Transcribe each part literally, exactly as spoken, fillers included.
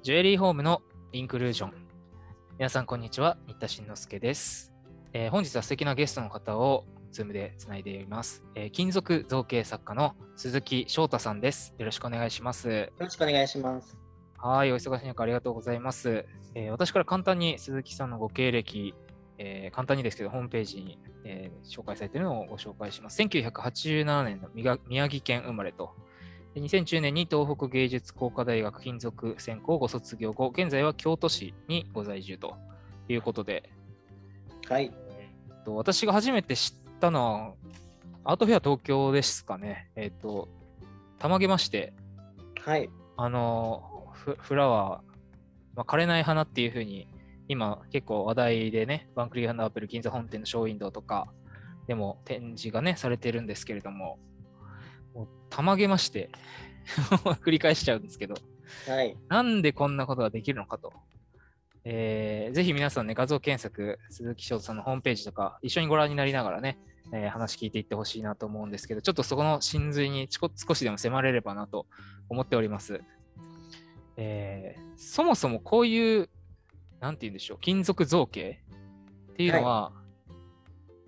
ジュエリーホームのインクルージョン。皆さんこんにちは、新田慎之介です、えー、本日は素敵なゲストの方をズームでつないでいます、えー、金属造形作家の鈴木翔太さんです。よろしくお願いします。よろしくお願いします。 はい、お忙しい中ありがとうございます、えー、私から簡単に鈴木さんのご経歴、えー、簡単にですけどホームページに、えー、紹介されているのをご紹介します。せんきゅうひゃくはちじゅうななねんの宮城県生まれと、にせんじゅうねんに東北芸術工科大学金属専攻をご卒業後、現在は京都市にご在住ということで、 はい。 えっと、私が初めて知ったのは、アートフェア東京ですかね。えっと、たまげまして、 はい。 あの、フ, フラワー、まあ、枯れない花っていう風に、今結構話題でね、バンクリー&アップル銀座本店のショーウィンドウとかでも展示がね、されてるんですけれども、もうたまげまして繰り返しちゃうんですけど、 はい、 なんでこんなことができるのかと、えー、ぜひ皆さんね、画像検索、鈴木翔太さんのホームページとか一緒にご覧になりながらね、えー、話聞いていってほしいなと思うんですけど、ちょっとそこの真髄にちょ少しでも迫れればなと思っております、えー、そもそもこういうなんて言うんでしょう、金属造形っていうのは、はい、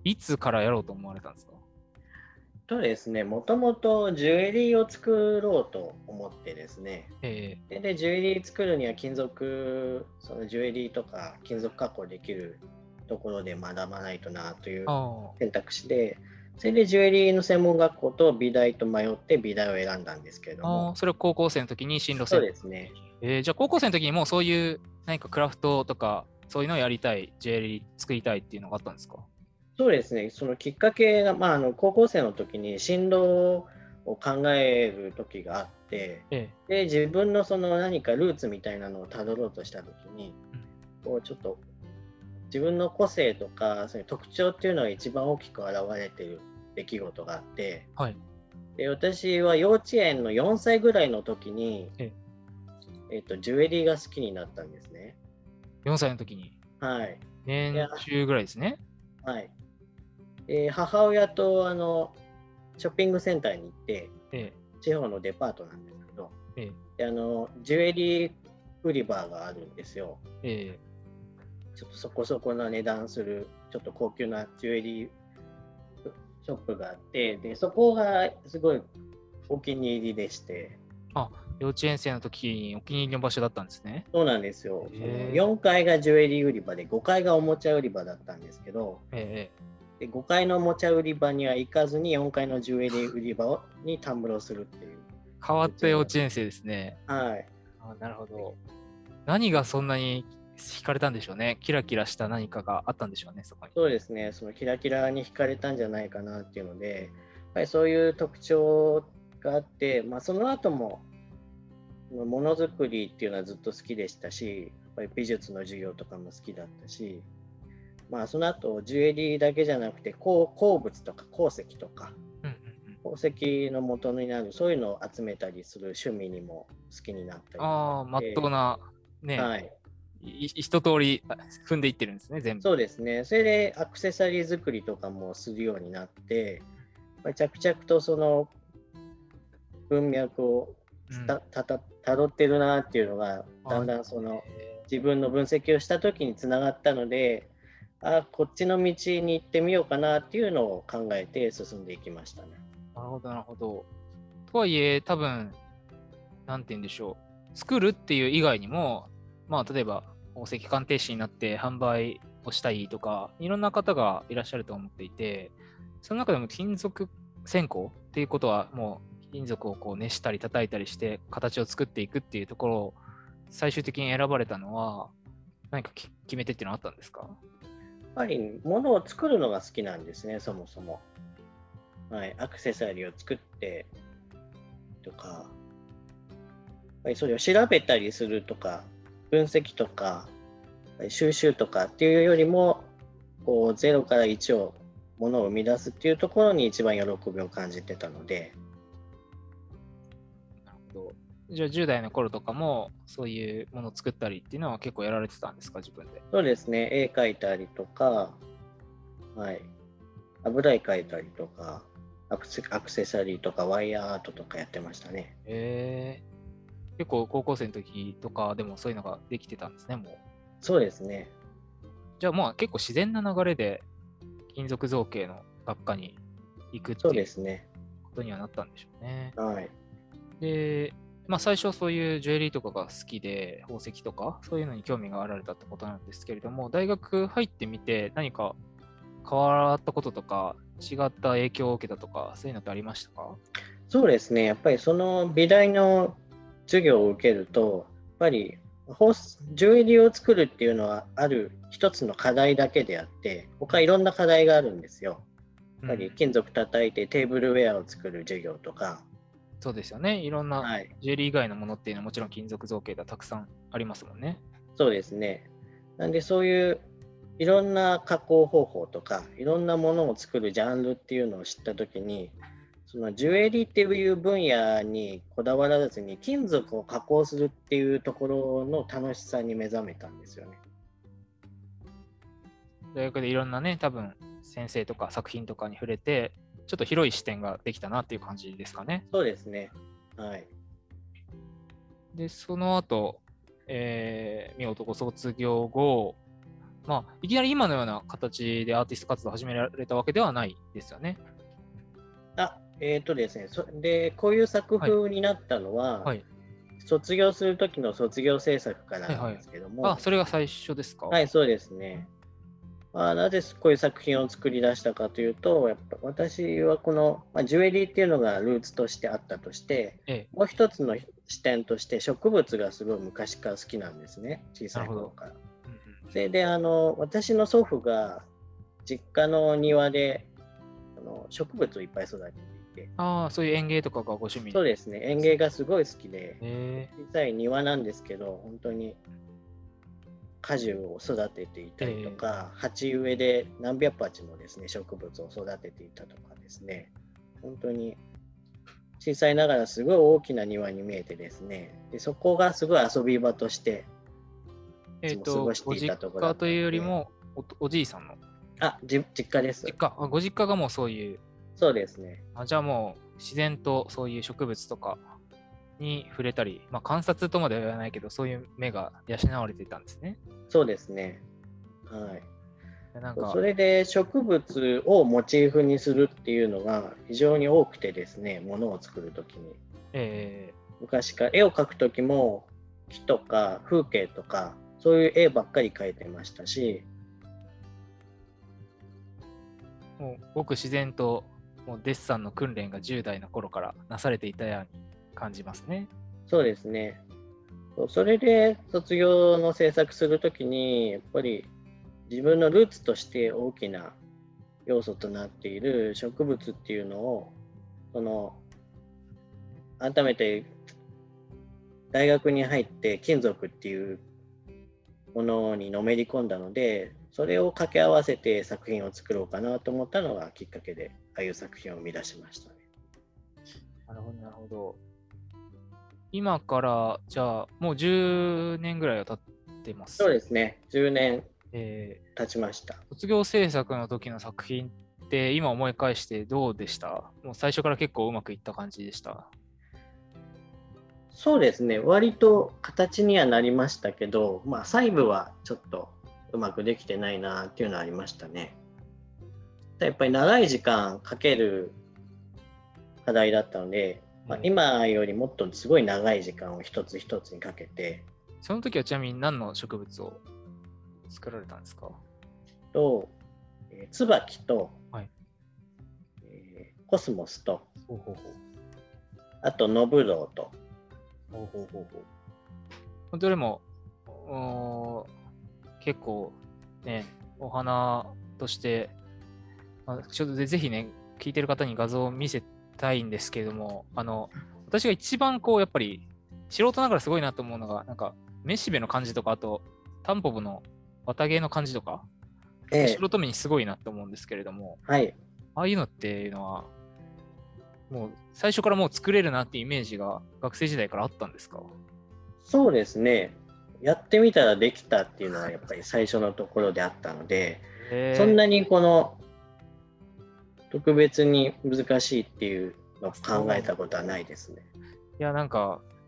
いつからやろうと思われたんですか？ とですね、もともとジュエリーを作ろうと思ってですね、 えー、 でジュエリー作るには金属、そのジュエリーとか金属加工できるところで学ばないとなという選択肢で、それでジュエリーの専門学校と美大と迷って美大を選んだんですけれども。 あ、それは高校生の時に進路そうですね。 えー、じゃあ高校生の時にもうそういう何かクラフトとかそういうのをやりたい、ジュエリー作りたいっていうのがあったんですか？ そうですね、そのきっかけが、まあ、あの高校生の時に進路を考える時があって、ええ、で自分のその何かルーツみたいなのをたどろうとした時に、うん、こうちょっと自分の個性とかそういう特徴っていうのが一番大きく現れている出来事があって、はい、で私は幼稚園のよんさいぐらいの時に、えええー、とジュエリーが好きになったんですね。 よんさいの時に。 はい。 年中ぐらいですね。 はい。えー、母親とあのショッピングセンターに行って、ええ、地方のデパートなんですけど、ええ、であのジュエリー売り場があるんですよ。ええ、ちょっとそこそこな値段するちょっと高級なジュエリーショップがあって、でそこがすごいお気に入りでして。 あ、幼稚園生の時にお気に入りの場所だったんですね。 そうなんですよ。そのよんかいがジュエリー売り場でごかいがおもちゃ売り場だったんですけど、ええ、でごかいのおもちゃ売り場には行かずによんかいのジュエリー売り場にたむろするっていう。 変わった幼稚園生ですね。 はい。 あ、なるほど。何がそんなに惹かれたんでしょうね。キラキラした何かがあったんでしょうね、そこに。 そうですね。そのキラキラに惹かれたんじゃないかなっていうので、やっぱりそういう特徴があって、まあ、その後もものづくりっていうのはずっと好きでしたし、やっぱり美術の授業とかも好きだったし、まあ、その後ジュエリーだけじゃなくて鉱物とか鉱石とか、うんうんうん、鉱石の元になるそういうのを集めたりする趣味にも好きになったりとか。 ああ、まっとうなね、はい、一通り踏んでいってるんですね、全部。 そうですね。それでアクセサリー作りとかもするようになって、着々とその文脈をたたたたどってるなっていうのが、だんだんその自分の分析をした時につながったので、あ、こっちの道に行ってみようかなっていうのを考えて進んでいきましたね。 なるほどなるほど。とはいえ多分なんて言うんでしょう、作るっていう以外にも、まあ例えば宝石鑑定士になって販売をしたいとか、いろんな方がいらっしゃると思っていて、その中でも金属専攻っていうことはもう金属をこう熱したり叩いたりして形を作っていくっていうところを最終的に選ばれたのは何か決め手っていうのはあったんですか？やっぱり物を作るのが好きなんですね、そもそも。はい、アクセサリーを作ってとか、やっぱりそれを調べたりするとか、分析とか、収集とかっていうよりも、こうゼロからいちをものを生み出すっていうところに一番喜びを感じてたので。 なるほど。じゃあじゅう代の頃とかもそういうものを作ったりっていうのは結構やられてたんですか、自分で？ そうですね、絵描いたりとか、はい、油絵描いたりとか、アクセ、アクセサリーとかワイヤーアートとかやってましたね。 へえ。 結構高校生の時とかでもそういうのができてたんですね、もう。 そうですね。 じゃあまあ結構自然な流れで金属造形の学科に行くっていうことにはなったんでしょうね。 はい。 で、まあ最初そういうジュエリーとかが好きで、宝石とかそういうのに興味があられたってことなんですけれども、大学入ってみて何か変わったこととか、違った影響を受けたとか、そういうのってありましたか？ そうですね。やっぱりその美大の授業を受けると、やっぱりジュエリーを作るっていうのはある一つの課題だけであって、他いろんな課題があるんですよ。やっぱり金属叩いてテーブルウェアを作る授業とか。 そうですよね。いろんなジュエリー以外のものっていうのはもちろん金属造形ではたくさんありますもんね。 そうですね。なんでそういういろんな加工方法とかいろんなものを作るジャンルっていうのを知ったときに、そのジュエリーっていう分野にこだわらずに金属を加工するっていうところの楽しさに目覚めたんですよね。 大学でいろんなね、多分先生とか作品とかに触れて、ちょっと広い視点ができたなっていう感じですかね。 そうですね。はい。 で、その後、えー、見事ご卒業後、まあ、いきなり今のような形でアーティスト活動を始められたわけではないですよね。 あ、えっ、ー、とですね、そで、こういう作風になったのは、はいはい、卒業する時の卒業制作からなんですけども。 はいはい、あ、それが最初ですか？ はい、そうですね。まあ、なぜこういう作品を作り出したかというと、やっぱ私はこの、まあ、ジュエリーっていうのがルーツとしてあったとして、ええ、もう一つの視点として植物がすごい昔から好きなんですね、小さい頃から。それであの私の祖父が実家の庭であの植物をいっぱい育てていて。 ああ、そういう園芸とかがご趣味？ そうですね、園芸がすごい好きで、小さい庭なんですけど、本当に果樹を育てていたりとか、えー、鉢植えで何百鉢もですね植物を育てていたとかですね、本当に小さいながらすごい大きな庭に見えてですね、でそこがすごい遊び場としていつも過ごしていたところだったので。えーと、ご実家というよりも お, おじいさんの？ あ、じ実家です。 実家、あ、ご実家がもうそういう。 そうですね。 あ、じゃあもう自然とそういう植物とかに触れたり、まあ、観察とまでは言わないけど、そういう目が養われていたんですね。 そうですね。はい。 なんかそれで植物をモチーフにするっていうのが非常に多くてですね、ものを作るときに。えー、昔から絵を描くときも木とか風景とかそういう絵ばっかり描いてましたし。 もうごく自然ともうデッサンの訓練がじゅう代の頃からなされていたように感じますね。 そうですね。それで卒業の制作するときにやっぱり自分のルーツとして大きな要素となっている植物っていうのをその改めて大学に入って金属っていうものにのめり込んだので、それを掛け合わせて作品を作ろうかなと思ったのがきっかけで、ああいう作品を生み出しましたね。 なるほど、なるほど。今からじゃあもうじゅうねんぐらいは経ってます？ そうですね、じゅうねん経ちました、えー。卒業制作の時の作品って今思い返してどうでした？もう最初から結構うまくいった感じでした？ そうですね、割と形にはなりましたけど、まあ、細部はちょっとうまくできてないなっていうのはありましたね。やっぱり長い時間かける課題だったので、まあ、今よりもっとすごい長い時間を一つ一つにかけて。 その時はちなみに何の植物を作られたんですか？ と、えー、椿と、はいえー、コスモスと、ほうほうほう、あとノブロウと。ほうほうほうほう。どれも結構ね、お花として、まあ、ちょっとでぜひね、聞いてる方に画像を見せたいんですけれども、あの私が一番こうやっぱり素人ながらすごいなと思うのが、なんかめしべの感じとか、あとタンポポの綿毛の感じとか、ええ、素人目にすごいなと思うんですけれども、はい、ああいうのっていうのはもう最初からもう作れるなっていうイメージが学生時代からあったんですか？ そうですね、やってみたらできたっていうのはやっぱり最初のところであったので、そんなにこの特別に難しいっていうのを考えたことはないですね。 いや、なんか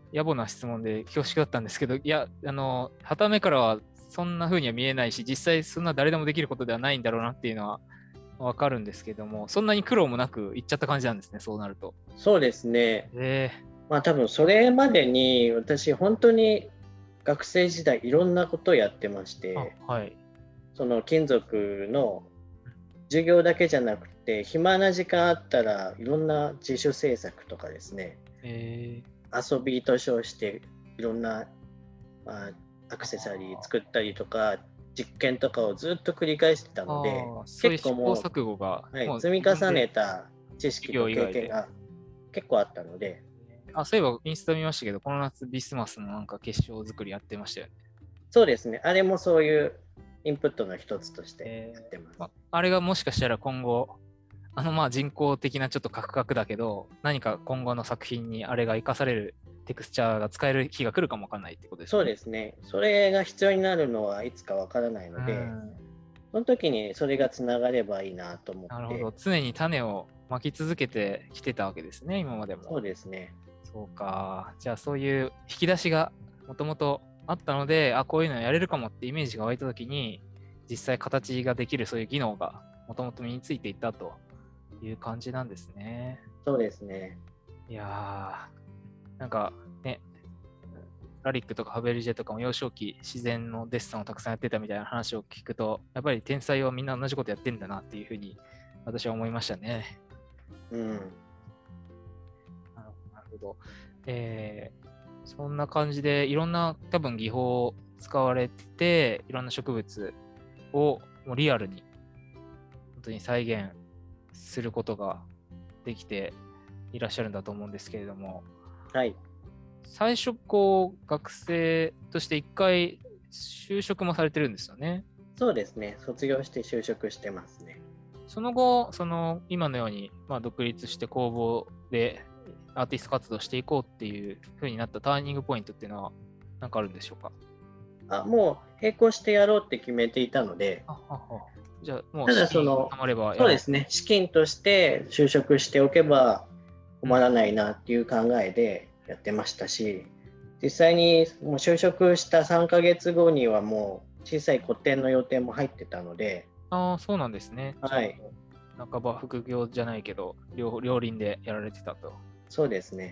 野暮な質問で恐縮だったんですけど、いや、あの、傍目からはそんな風には見えないし、実際そんな誰でもできることではないんだろうなっていうのはわかるんですけども、そんなに苦労もなくいっちゃった感じなんですね、そうなると。 そうですね。 えー、 まあ多分それまでに私本当に学生時代いろんなことをやってまして、 はい、 その金属の授業だけじゃなくて暇な時間あったらいろんな自主制作とかですね、 えー、 遊びと称していろんな、まあ、アクセサリー作ったりとか実験とかをずっと繰り返してたので、結構もう、 錯誤が、 はい、 もう積み重ねた知識と経験が結構あったので。 あ、そういえばインスタ見ましたけど、この夏ビスマスのなんか結晶作りやってましたよね。 そうですね。あれもそういうインプットの一つとしてやってます。 えー、あれがもしかしたら今後、あのまあ人工的なちょっとカクカクだけど、何か今後の作品にあれが生かされるテクスチャーが使える日が来るかもわかんないってことですね。 そうですね。それが必要になるのはいつかわからないので、その時にそれがつながればいいなと思って。 なるほど。常に種をまき続けてきてたわけですね、今までも。 そうですね。 そうか。じゃあそういう引き出しがもともとあったので、あ、こういうのやれるかもってイメージが湧いた時に、実際形ができるそういう技能がもともと身についていったという感じなんですね。 そうですね。 いやー、なんかね、ラリックとかハベルジェとかも幼少期自然のデッサンをたくさんやってたみたいな話を聞くと、やっぱり天才はみんな同じことやってんだなっていうふうに私は思いましたね。 うん。 なるほど。えー、そんな感じでいろんな多分技法を使われて、いろんな植物をもうリアルに本当に再現することができていらっしゃるんだと思うんですけれども、 はい。 最初こう学生として一回就職もされてるんですよね。 そうですね。卒業して就職してますね。 その後、その今のように、まあ、独立して工房でアーティスト活動していこうっていう風になったターニングポイントっていうのは何かあるんでしょうか？ あ、もう並行してやろうって決めていたので、 あははじゃあもうただその、そうですね、資金として就職しておけば困らないなっていう考えでやってましたし、実際にもう就職したさんかげつごにはもう小さい個展の予定も入ってたので。 ああ、そうなんですね。 はい。 半ば副業じゃないけど、両、両輪でやられてたと。 そうですね。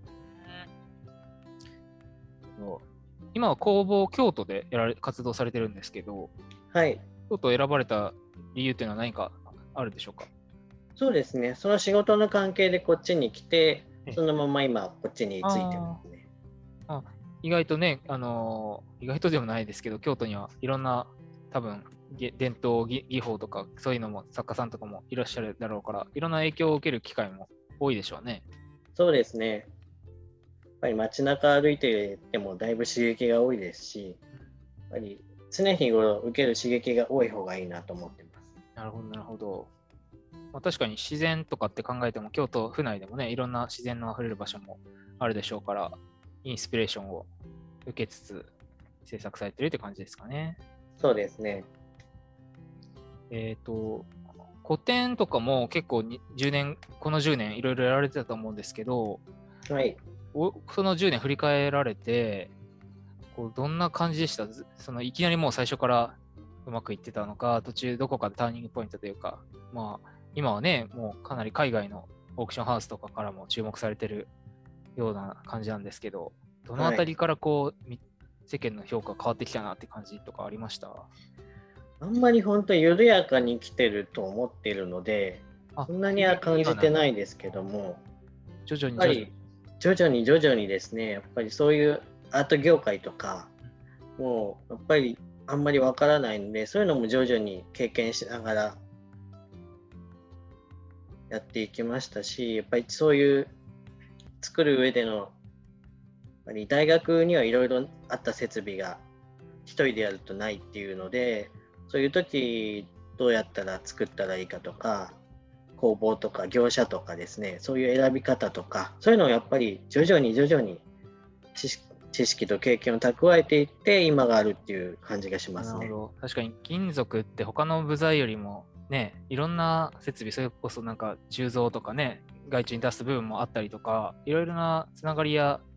今は工房京都でやられ活動されてるんですけど、 はい。 京都を選ばれた理由っていうのは何かあるでしょうか？ そうですね。その仕事の関係でこっちに来て、そのまま今こっちについてますね。 ああ、意外とね、あのー、意外とでもないですけど、京都にはいろんな多分伝統技法とかそういうのも作家さんとかもいらっしゃるだろうから、いろんな影響を受ける機会も多いでしょうね。 そうですね。やっぱり街中歩いててもだいぶ刺激が多いですし、やっぱり常日頃受ける刺激が多い方がいいなと思ってます。 なるほど、なるほど。まあ、確かに自然とかって考えても、京都府内でもね、いろんな自然のあふれる場所もあるでしょうから、インスピレーションを受けつつ制作されてるって感じですかね。 そうですね。 えっと、個展とかも結構じゅうねん、このじゅうねんいろいろやられてたと思うんですけど、 はい。 そのじゅうねん振り返られて、こうどんな感じでした？そのいきなりもう最初からうまくいってたのか、途中どこかでターニングポイントというか、まあ、今はね、もうかなり海外のオークションハウスとかからも注目されてるような感じなんですけど、どのあたりからこう、はい、世間の評価変わってきたなって感じとかありました？ あんまり本当緩やかに来てると思っているので、そんなには感じてないですけども、 徐々に徐々に徐々に徐々にですね、やっぱりそういうアート業界とか、もうやっぱりあんまりわからないので、そういうのも徐々に経験しながらやっていきましたし、やっぱりそういう作る上での、やっぱり大学にはいろいろあった設備が一人でやるとないっていうので、そういう時どうやったら作ったらいいかとか、工房とか業者とかですね、そういう選び方とか、そういうのをやっぱり徐々に徐々に知識知識と経験を蓄えていって今があるっていう感じがしますね。 なるほど。確かに金属って他の部材よりもね、いろんな設備、それこそなんか鋳造とかね、外注に出す部分もあったりとか、いろいろなつながりや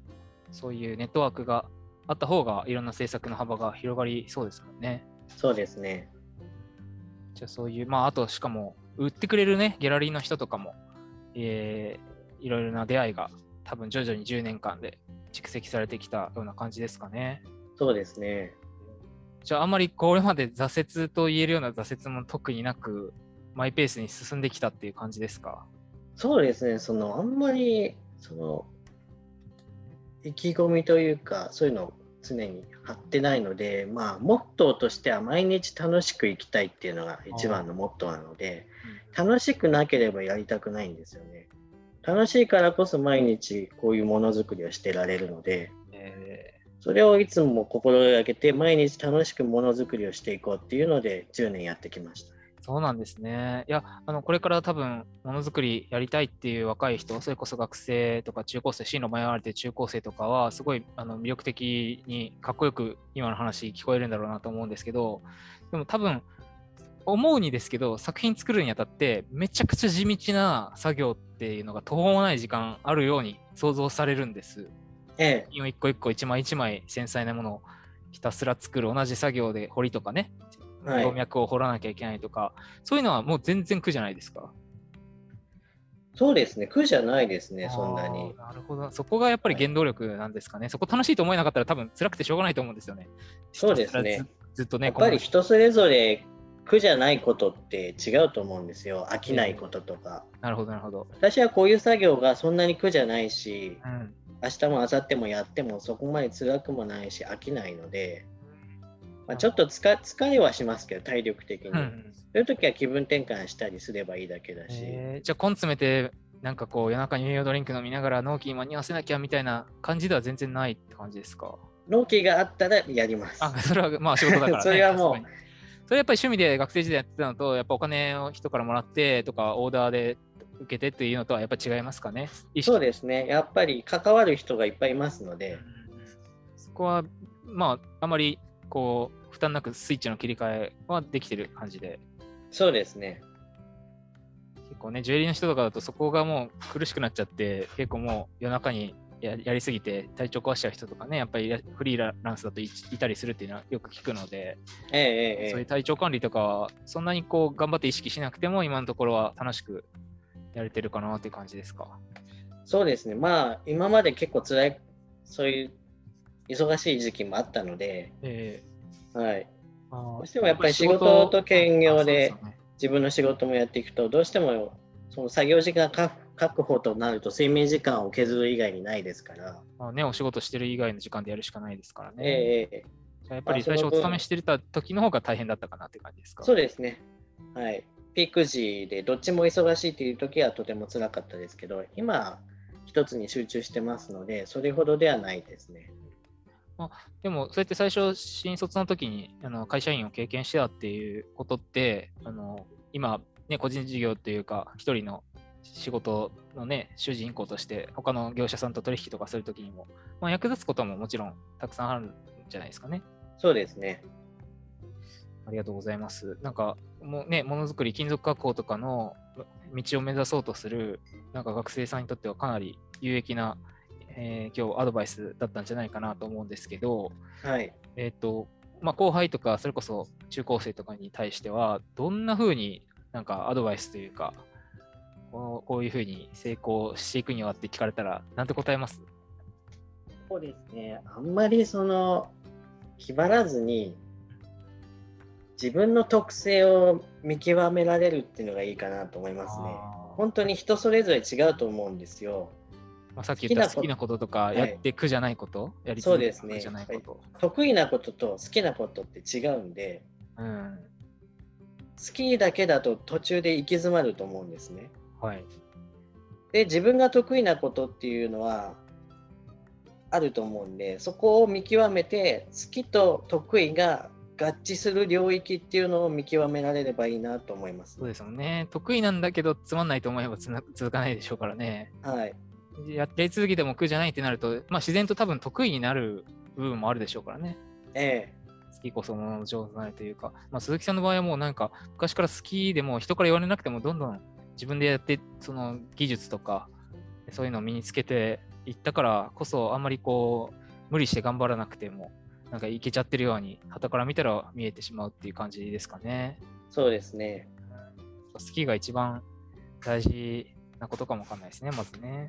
そういうネットワークがあった方がいろんな制作の幅が広がりそうですもんね。 そうですね。 じゃあそういう、まああとしかも売ってくれるね、ギャラリーの人とかも、えー、いろいろな出会いが多分徐々にじゅうねんかんで蓄積されてきたような感じですかね。 そうですね。 じゃああんまりこれまで挫折と言えるような挫折も特になく、マイペースに進んできたっていう感じですか？ そうですね。そのあんまりその意気込みというかそういうのを常に張ってないので、まあモットーとしては毎日楽しく生きたいっていうのが一番のモットーなので、うん、楽しくなければやりたくないんですよね。楽しいからこそ毎日こういうものづくりをしてられるので、えー、それをいつも心がけて毎日楽しくものづくりをしていこうっていうのでじゅうねんやってきました。 そうなんですね。いや、あのこれから多分ものづくりやりたいっていう若い人、それこそ学生とか中高生、進路迷われてる中高生とかはすごいあの魅力的にかっこよく今の話聞こえるんだろうなと思うんですけど、でも多分思うにですけど、作品作るにあたってめちゃくちゃ地道な作業っていうのが途方もない時間あるように想像されるんです。 ええ、 一個一個一枚一枚繊細なものをひたすら作る同じ作業で彫りとかね、動脈を掘らなきゃいけないとか、はい、そういうのはもう全然苦じゃないですか？ そうですね、苦じゃないですね、そんなに。 なるほど。そこがやっぱり原動力なんですかね。はい、そこ楽しいと思えなかったら多分辛くてしょうがないと思うんですよね。 そうですね。 ず, ずっとね。 やっぱり人それぞれ苦じゃないことって違うと思うんですよ。飽きないこととか。 えー、なるほど、なるほど。 私はこういう作業がそんなに苦じゃないし、 うん、 明日も明後日もやってもそこまで辛くもないし飽きないので、まあ、ちょっとつか疲れはしますけど体力的に、うん、そういう時は気分転換したりすればいいだけだし、 えー、じゃあ根詰めてなんかこう夜中に栄養ドリンク飲みながら納期に間に合わせなきゃみたいな感じでは全然ないって感じですか？ 納期があったらやります。 あ、それはまあ仕事だからね。 それはもうそれやっぱり趣味で学生時代やってたのと、やっぱお金を人からもらってとかオーダーで受けてっていうのとはやっぱり違いますかね？ そうですね。やっぱり関わる人がいっぱいいますので、うん、 そこはまああまりこう負担なくスイッチの切り替えはできてる感じで。 そうですね。 結構ね、ジュエリーの人とかだとそこがもう苦しくなっちゃって、結構もう夜中に や, やりすぎて体調壊しちゃう人とかね、やっぱりフリーランスだと い, いたりするっていうのはよく聞くので、 ええ、 そういう体調管理とかはそんなにこう頑張って意識しなくても今のところは楽しくやれてるかなっていう感じですか？ そうですね。まあ今まで結構辛い、そういう忙しい時期もあったので、えー、はい。どうしてもやっぱり仕事と兼業で自分の仕事もやっていくと、どうしてもその作業時間確保となると睡眠時間を削る以外にないですから。 まあね、お仕事してる以外の時間でやるしかないですからね。 ええー、 じゃあやっぱり最初お勤めしてた時の方が大変だったかなって感じですか？ そうですね。はい。ピーク時でどっちも忙しいっていう時はとても辛かったですけど、今一つに集中してますので、それほどではないですね。 あ、でもそうやって最初新卒の時にあの会社員を経験してたっていうことってあの今ね個人事業っていうか一人の仕事のね主人公として他の業者さんと取引とかする時にも、まあ、役立つことももちろんたくさんあるんじゃないですかね。 そうですね。 ありがとうございます。なんかもうねものづくり金属加工とかの道を目指そうとするなんか学生さんにとってはかなり有益なえー、今日アドバイスだったんじゃないかなと思うんですけど、 はい、 えっと、まあ、後輩とか、それこそ中高生とかに対しては、どんな風になんかアドバイスというか、こう、こういう風に成功していくにはって聞かれたら、なんて答えます？ そうですね。あんまりその、気張らずに、自分の特性を見極められるっていうのがいいかなと思いますね。本当に人それぞれ違うと思うんですよ。 まあ、さっき言った好きなこととかやって苦じゃないこと、はい、やり続けて苦じゃないこと、 ね、得意なことと好きなことって違うんで、うん、好きだけだと途中で行き詰まると思うんですね。 はい、 で自分が得意なことっていうのはあると思うんで、そこを見極めて好きと得意が合致する領域っていうのを見極められればいいなと思います、ね。 そうですよね。得意なんだけどつまんないと思えばつな続かないでしょうからね。 はい。 やり続けても苦じゃないってなると、まあ、自然と多分得意になる部分もあるでしょうからね。 ええ。 好きこそものの上手なるというか、まあ、鈴木さんの場合はもうなんか昔から好きでも人から言われなくてもどんどん自分でやってその技術とかそういうのを身につけて行ったからこそ、あんまりこう、無理して頑張らなくても、なんかいけちゃってるように、傍から見たら見えてしまうっていう感じですかね。 そうですね。 スキーが一番大事なことかもわかんないですね、まずね。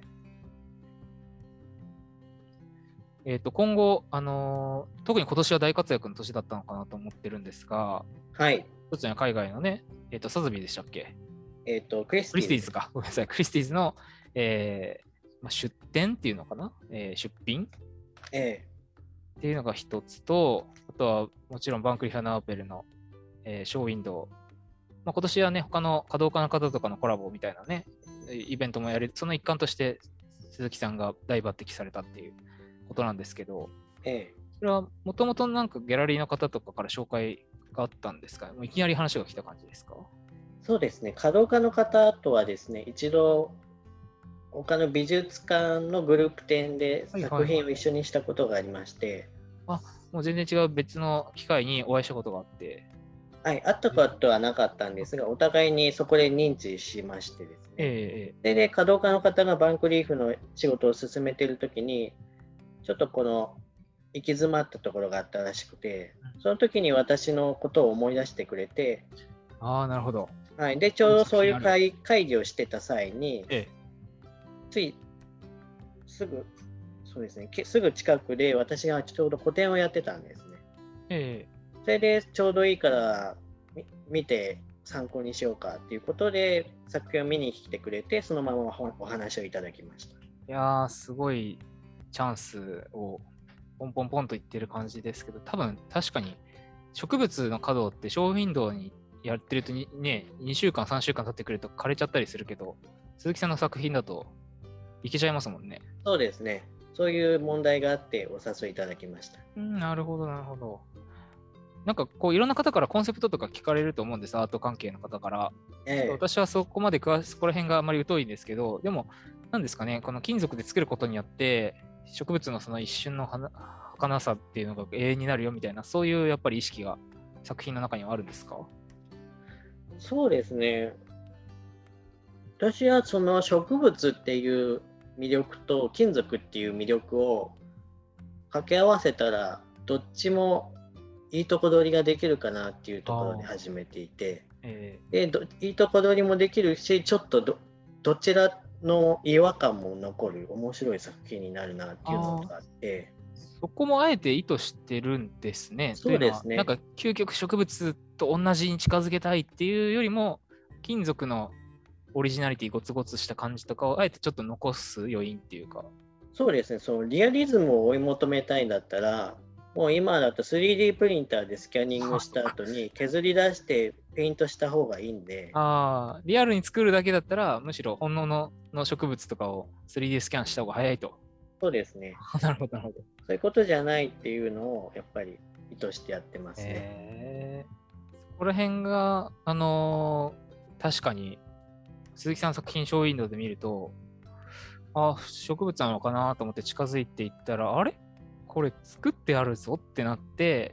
えっと、今後、あのー、特に今年は大活躍の年だったのかなと思ってるんですが、 はい。 一つには海外のね、えっと、サザビーでしたっけ？ えっと、クリスティーズ。 クリスティーズか。ごめんなさい。クリスティーズの、えーまあ、出店っていうのかな、えー、出品ええ。 っていうのが一つと、あとはもちろんバンクリファナーペルの、えー、ショーウィンドウ。まあ、今年はね、他の稼働家の方とかのコラボみたいなね、イベントもやれる、その一環として鈴木さんが大抜擢されたっていうことなんですけど、 ええ。 それはもともとなんかギャラリーの方とかから紹介があったんですか？もういきなり話が来た感じですか？ そうですね。稼働家の方とはですね、一度、他の美術館のグループ展で作品を一緒にしたことがありまして、はいはいはい、 あ、もう全然違う別の機会にお会いしたことがあって。 はい、会ったことはなかったんですが、お互いにそこで認知しましてですね。えー、で、で、稼働家の方がバンクリーフの仕事を進めているときに、ちょっとこの行き詰まったところがあったらしくて、その時に私のことを思い出してくれて、 ああ、なるほど。 はい、で、ちょうどそういう会会議をしてた際に、 ええ、 ついすぐ、そうですね、すぐ近くで私がちょうど個展をやってたんですね。 ええ、 それでちょうどいいから見て参考にしようかっていうことで作品を見に来てくれて、そのままお話をいただきました。いやー、すごいチャンスをポンポンポンと言ってる感じですけど、多分確かに植物の稼働ってショーウィンドウにやってるとに、ね、にしゅうかんさんしゅうかん経ってくると枯れちゃったりするけど、鈴木さんの作品だといけちゃいますもんね。 そうですね。そういう問題があってお誘いいただきました。 うん、なるほどなるほど。なんかこういろんな方からコンセプトとか聞かれると思うんです、アート関係の方から。ええ、私はそこまで詳しそこら辺があまり疎いんですけど、でも何ですかね、この金属で作ることによって植物のその一瞬の儚さっていうのが永遠になるよみたいな、そういうやっぱり意識が作品の中にはあるんですか？ そうですね。私はその植物っていう魅力と金属っていう魅力を掛け合わせたらどっちもいいとこ取りができるかなっていうところで始めていて、えー、でどいいとこ取りもできるし、ちょっと ど, どちらの違和感も残る面白い作品になるなっていうのがあって、 そこもあえて意図してるんですね。 そうですね。 なんか究極植物と同じに近づけたいっていうよりも、金属のオリジナリティゴツゴツした感じとかをあえてちょっと残す余韻っていうか。 そうですね。そのリアリズムを追い求めたいんだったら、もう今だと スリーディー プリンターでスキャニングした後に削り出してペイントした方がいいんで。 ああ、リアルに作るだけだったら、むしろ本物の植物とかを スリーディー スキャンした方が早いと。 そうですね。 なるほど、なるほど。 そういうことじゃないっていうのをやっぱり意図してやってますね。 えー、そこら辺が、あのー、確かに鈴木さんの作品ショーウィンドウで見ると、あ、植物なのかなと思って近づいていったら、あれこれ作ってあるぞってなって、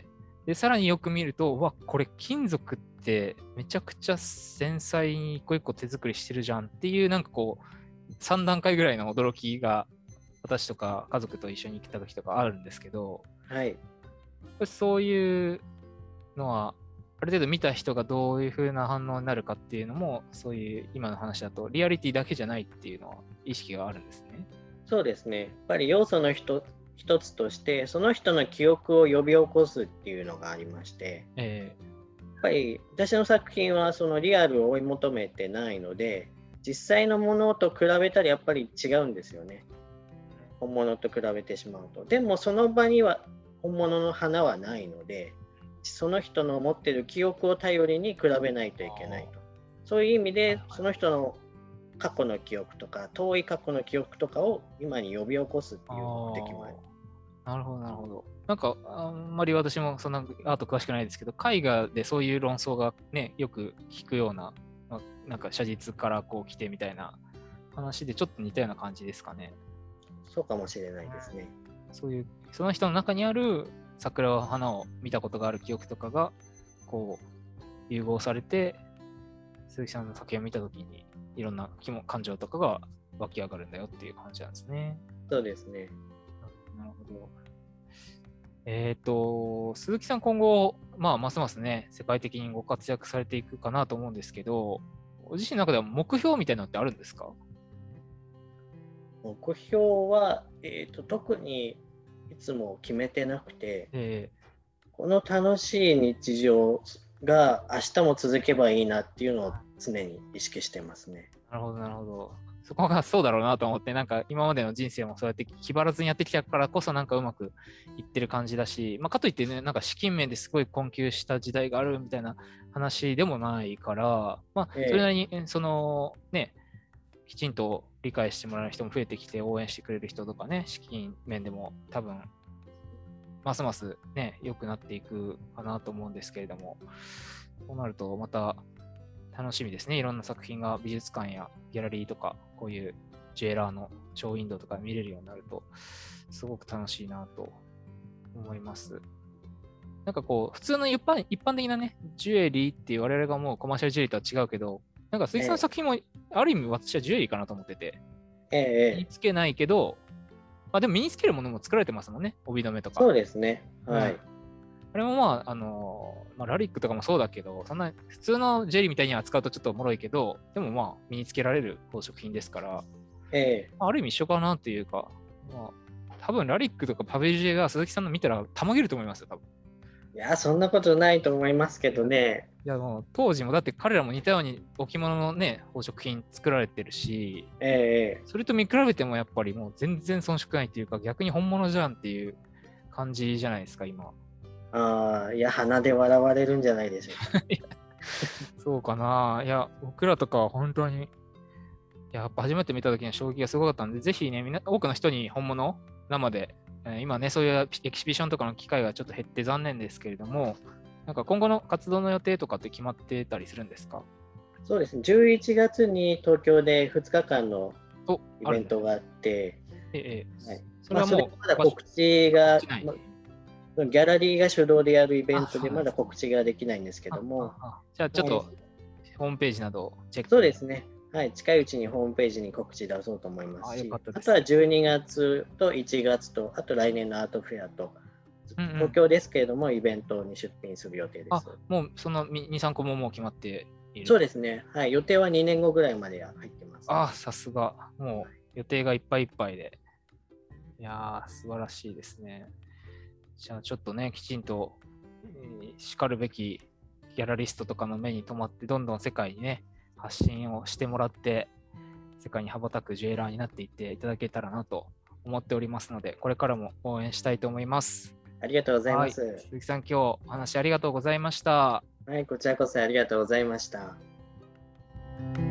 で、さらによく見ると、うわ、これ金属ってめちゃくちゃ繊細に一個一個手作りしてるじゃんっていう、なんかこう、さんだんかいぐらいの驚きが、私とか家族と一緒に来た時とかあるんですけど、 はい。 そういうのは、ある程度見た人がどういう風な反応になるかっていうのも、そういう今の話だと、リアリティだけじゃないっていうのは意識があるんですね。 そうですね。やっぱり要素の一一つとして、その人の記憶を呼び起こすっていうのがありまして、えー、やっぱり私の作品はそのリアルを追い求めてないので、実際のものと比べたらやっぱり違うんですよね。本物と比べてしまうと。でもその場には本物の花はないので、その人の持っている記憶を頼りに比べないといけないと。そういう意味でその人の過去の記憶とか遠い過去の記憶とかを今に呼び起こすっていう目的もある。 なるほどなるほど。なんかあんまり私もそんなアート詳しくないですけど、絵画でそういう論争がねよく聞くような、なんか写実からこう来てみたいな話でちょっと似たような感じですかね。 そうかもしれないですね。 そういうその人の中にある桜の花を見たことがある記憶とかがこう融合されて、鈴木さんの作品を見たときにいろんな気も感情とかが湧き上がるんだよっていう感じなんですね。 そうですね。 なるほど。えっ、ー、と、鈴木さん今後、まあ、ますますね、世界的にご活躍されていくかなと思うんですけど、ご自身の中では目標みたいなのってあるんですか？ 目標は、えーと、特にいつも決めてなくて、えー、この楽しい日常が明日も続けばいいなっていうのを常に意識してますね。 なるほど、なるほど。そこがそうだろうなと思って、なんか今までの人生もそうやって気張らずにやってきたからこそなんかうまくいってる感じだし、まあ、かといってね、なんか資金面ですごい困窮した時代があるみたいな話でもないから、まあ、それなりに、そのね、きちんと理解してもらえる人も増えてきて応援してくれる人とかね、資金面でも多分、ますますね、良くなっていくかなと思うんですけれども、そうなるとまた、楽しみですね。いろんな作品が美術館やギャラリーとか、こういうジュエラーのショーウィンドウとか見れるようになると、すごく楽しいなと思います。なんかこう、普通の一般一般的なね、ジュエリーっていう我々が思うコマーシャルジュエリーとは違うけど、なんか鈴木さんの作品も、ある意味私はジュエリーかなと思ってて、 ええ、 身につけないけど、まあでも身につけるものも作られてますもんね、帯留めとか。 そうですね。はい。うん、 あれもまあ、あのまあ、ラリックとかもそうだけど、そんな普通のジェリーみたいに扱うとちょっとおもろいけど、でもまあ、身につけられる宝飾品ですから、 ええ、 ある意味一緒かなっていうか、まあ、多分ラリックとかパベジェが鈴木さんの見たらたまげると思いますよ、多分。 いや、そんなことないと思いますけどね。 いや、もう当時もだって彼らも似たように置物のね、宝飾品作られてるし、 ええ、 それと見比べてもやっぱりもう全然遜色ないっていうか、逆に本物じゃんっていう感じじゃないですか、今。 ああ、いや、鼻で笑われるんじゃないでしょうか。 そうかな。いや、僕らとかは本当に、いや、やっぱ初めて見た時の衝撃がすごかったんで、ぜひね、みんな多くの人に本物、生で、えー、今ね、そういうエキシビションとかの機会がちょっと減って残念ですけれども、なんか今後の活動の予定とかって決まってたりするんですか？ そうですね、じゅういちがつに東京でふつかかんのイベントがあって、ええ、はい、それはもう、まあ、まだ告知が、ギャラリーが主導でやるイベントでまだ告知ができないんですけども、 あああじゃあちょっとホームページなどをチェック。 そうですね、はい、近いうちにホームページに告知出そうと思いますし、 あ, あ, あとはじゅうにがつといちがつと、あと来年のアートフェアと、うんうん、東京ですけれどもイベントに出品する予定です。 あ、もうそのに、さんこももう決まっている？ そうですね、はい、予定はにねんごぐらいまで入ってます、ね。 あ、さすが、もう予定がいっぱいいっぱいで、いやー、素晴らしいですね。じゃあちょっとね、きちんと、えー、しかるべきギャラリストとかの目に留まって、どんどん世界にね、発信をしてもらって、世界に羽ばたくジュエラーになっていっていただけたらなと思っておりますので、これからも応援したいと思います。 ありがとうございます。はい、 鈴木さん、今日お話ありがとうございました。 はい、こちらこそありがとうございました。